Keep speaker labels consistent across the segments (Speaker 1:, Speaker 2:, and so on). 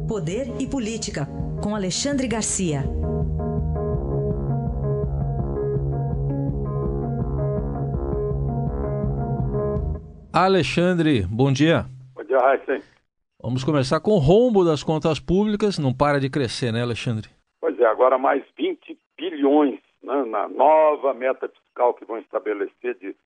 Speaker 1: Poder e Política, com Alexandre Garcia.
Speaker 2: Alexandre, bom dia.
Speaker 3: Bom dia, Raíssa.
Speaker 2: Vamos começar com o rombo das contas públicas. Não para de crescer, né, Alexandre?
Speaker 3: Pois é, agora mais 20 bilhões, né, na nova meta fiscal que vão estabelecer de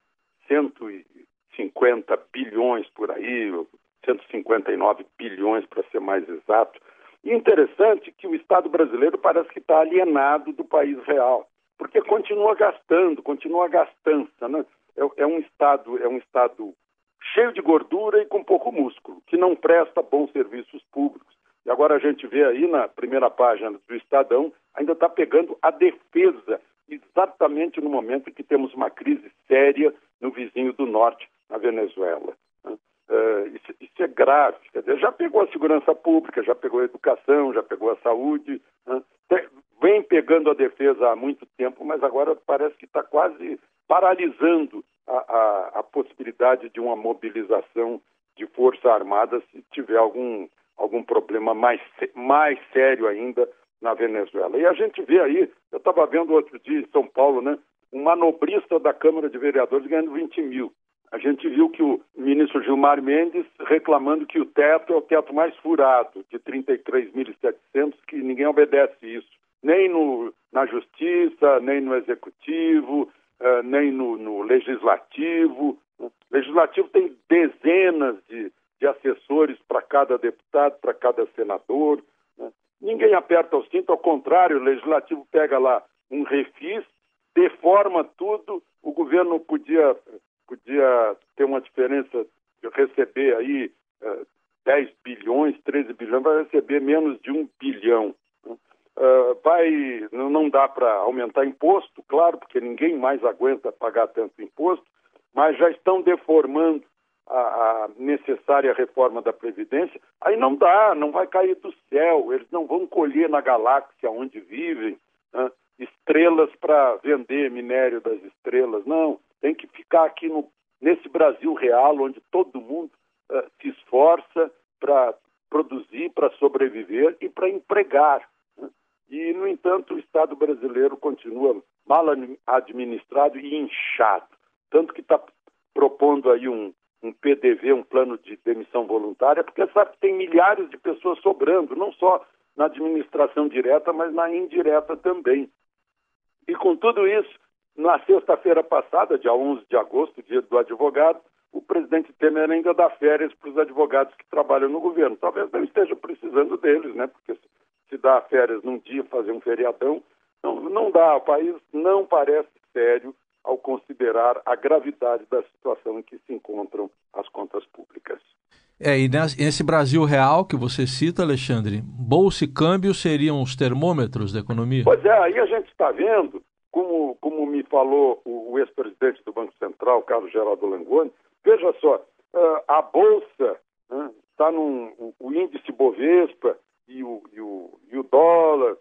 Speaker 3: 150 bilhões por aí, 159 bilhões para ser mais exato. E interessante que o Estado brasileiro parece que está alienado do país real, porque continua gastando, continua a gastança, né? É um estado cheio de gordura e com pouco músculo, que não presta bons serviços públicos. E agora a gente vê aí na primeira página do Estadão, ainda está pegando a defesa, exatamente no momento em que temos uma crise séria no vizinho do norte, na Venezuela. Isso é grave. Quer dizer, já pegou a segurança pública, já pegou a educação, já pegou a saúde, né? Vem pegando a defesa há muito tempo, mas agora parece que está quase paralisando a possibilidade de uma mobilização de força armada se tiver algum problema mais sério ainda na Venezuela. E a gente vê aí, eu estava vendo outro dia em São Paulo, né, um manobrista da Câmara de Vereadores ganhando 20 mil. A gente viu que o ministro Gilmar Mendes reclamando que o teto é o teto mais furado, de 33.700, que ninguém obedece isso. Nem na Justiça, nem no Executivo, nem no Legislativo. O Legislativo tem dezenas de assessores para cada deputado, para cada senador. Né? Ninguém aperta o cinto, ao contrário, o Legislativo pega lá um refis, deforma tudo. O governo podia ter uma diferença de receber aí 10 bilhões, 13 bilhões, vai receber menos de 1 bilhão. Não dá para aumentar imposto, claro, porque ninguém mais aguenta pagar tanto imposto, mas já estão deformando a necessária reforma da Previdência. Aí não dá, não vai cair do céu, eles não vão colher na galáxia onde vivem, né, estrelas para vender minério das estrelas, não. Tem que ficar aqui nesse Brasil real, onde todo mundo se esforça para produzir, para sobreviver e para empregar. E, no entanto, o Estado brasileiro continua mal administrado e inchado. Tanto que está propondo aí um PDV, um plano de demissão voluntária, porque sabe que tem milhares de pessoas sobrando, não só na administração direta, mas na indireta também. E com tudo isso, na sexta-feira passada, dia 11 de agosto, dia do advogado, o presidente Temer ainda dá férias para os advogados que trabalham no governo. Talvez não esteja precisando deles, né? Porque se dá férias num dia, fazer um feriadão, não dá. O país não parece sério ao considerar a gravidade da situação em que se encontram as contas públicas.
Speaker 2: E nesse Brasil real que você cita, Alexandre, bolsa e câmbio seriam os termômetros da economia?
Speaker 3: Pois é, aí a gente está vendo, como me falou o ex-presidente do Banco Central, Carlos Geraldo Langoni, veja só, a bolsa está o índice Bovespa e o dólar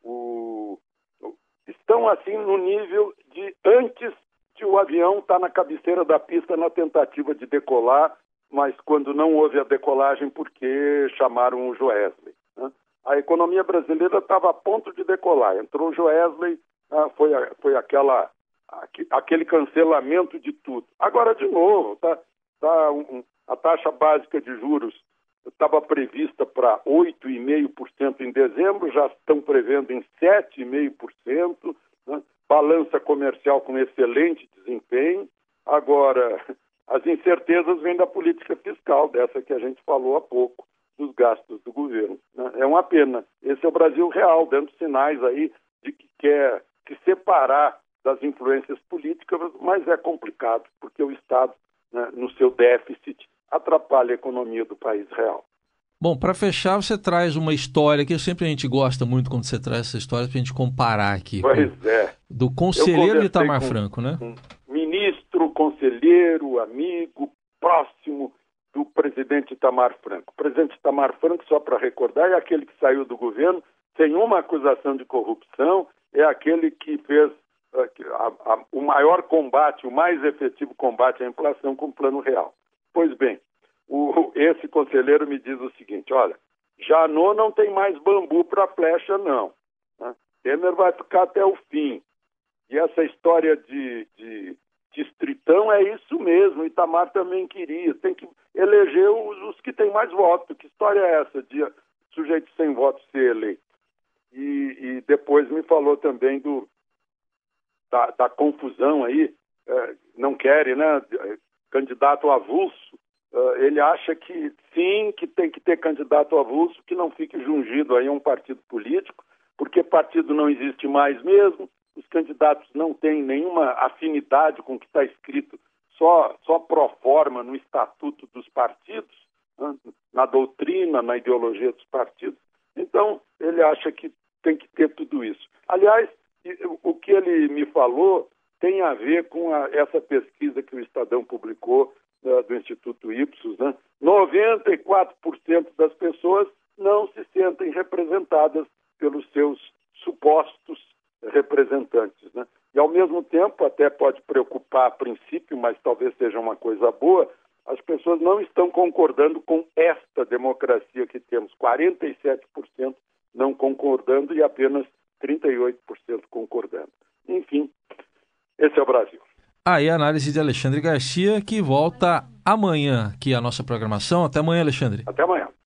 Speaker 3: estão assim no nível de antes de o avião estar na cabeceira da pista na tentativa de decolar, mas quando não houve a decolagem porque chamaram o Joesley. Né? A economia brasileira estava a ponto de decolar. Entrou o Joesley, foi aquele cancelamento de tudo. Agora, de novo, a taxa básica de juros estava prevista para 8,5% em dezembro, já estão prevendo em 7,5%, né? Balança comercial com excelente desempenho. Agora, as incertezas vêm da política fiscal, dessa que a gente falou há pouco, dos gastos do governo. Né? É uma pena. Esse é o Brasil real, dando sinais aí de que quer se separar das influências políticas, mas é complicado, porque o Estado, né, no seu déficit, atrapalha a economia do país real.
Speaker 2: Bom, para fechar, você traz uma história que a gente gosta muito quando você traz essa história para a gente comparar aqui.
Speaker 3: Pois é.
Speaker 2: Do conselheiro de Itamar Franco, né?
Speaker 3: Ministro, conselheiro, amigo, próximo do presidente Itamar Franco. O presidente Itamar Franco, só para recordar, é aquele que saiu do governo sem uma acusação de corrupção, é aquele que fez o maior combate, o mais efetivo combate à inflação com o Plano Real. Pois bem, esse conselheiro me diz o seguinte: olha, Janot não tem mais bambu para flecha, não. Né? Temer vai ficar até o fim. E essa história de distritão é isso mesmo. Itamar também queria. Tem que eleger os que têm mais votos. Que história é essa de sujeito sem voto ser eleito? E depois me falou também da confusão aí. Não querem, né? Candidato avulso. Ele acha que sim, que tem que ter candidato avulso, que não fique jungido aí a um partido político, porque partido não existe mais mesmo, os candidatos não têm nenhuma afinidade com o que está escrito só pro forma no estatuto dos partidos, né? Na doutrina, na ideologia dos partidos. Então, ele acha que tem que ter tudo isso. Aliás, o que ele me falou tem a ver com essa pesquisa que o Estadão publicou do Instituto Ipsos, né? 94% das pessoas não se sentem representadas pelos seus supostos representantes, né? E, ao mesmo tempo, até pode preocupar a princípio, mas talvez seja uma coisa boa, as pessoas não estão concordando com esta democracia que temos. 47% não concordando e apenas 38% concordando. Enfim, esse é o Brasil.
Speaker 2: Aí a análise de Alexandre Garcia, que volta amanhã aqui à nossa programação. Até amanhã, Alexandre.
Speaker 3: Até amanhã.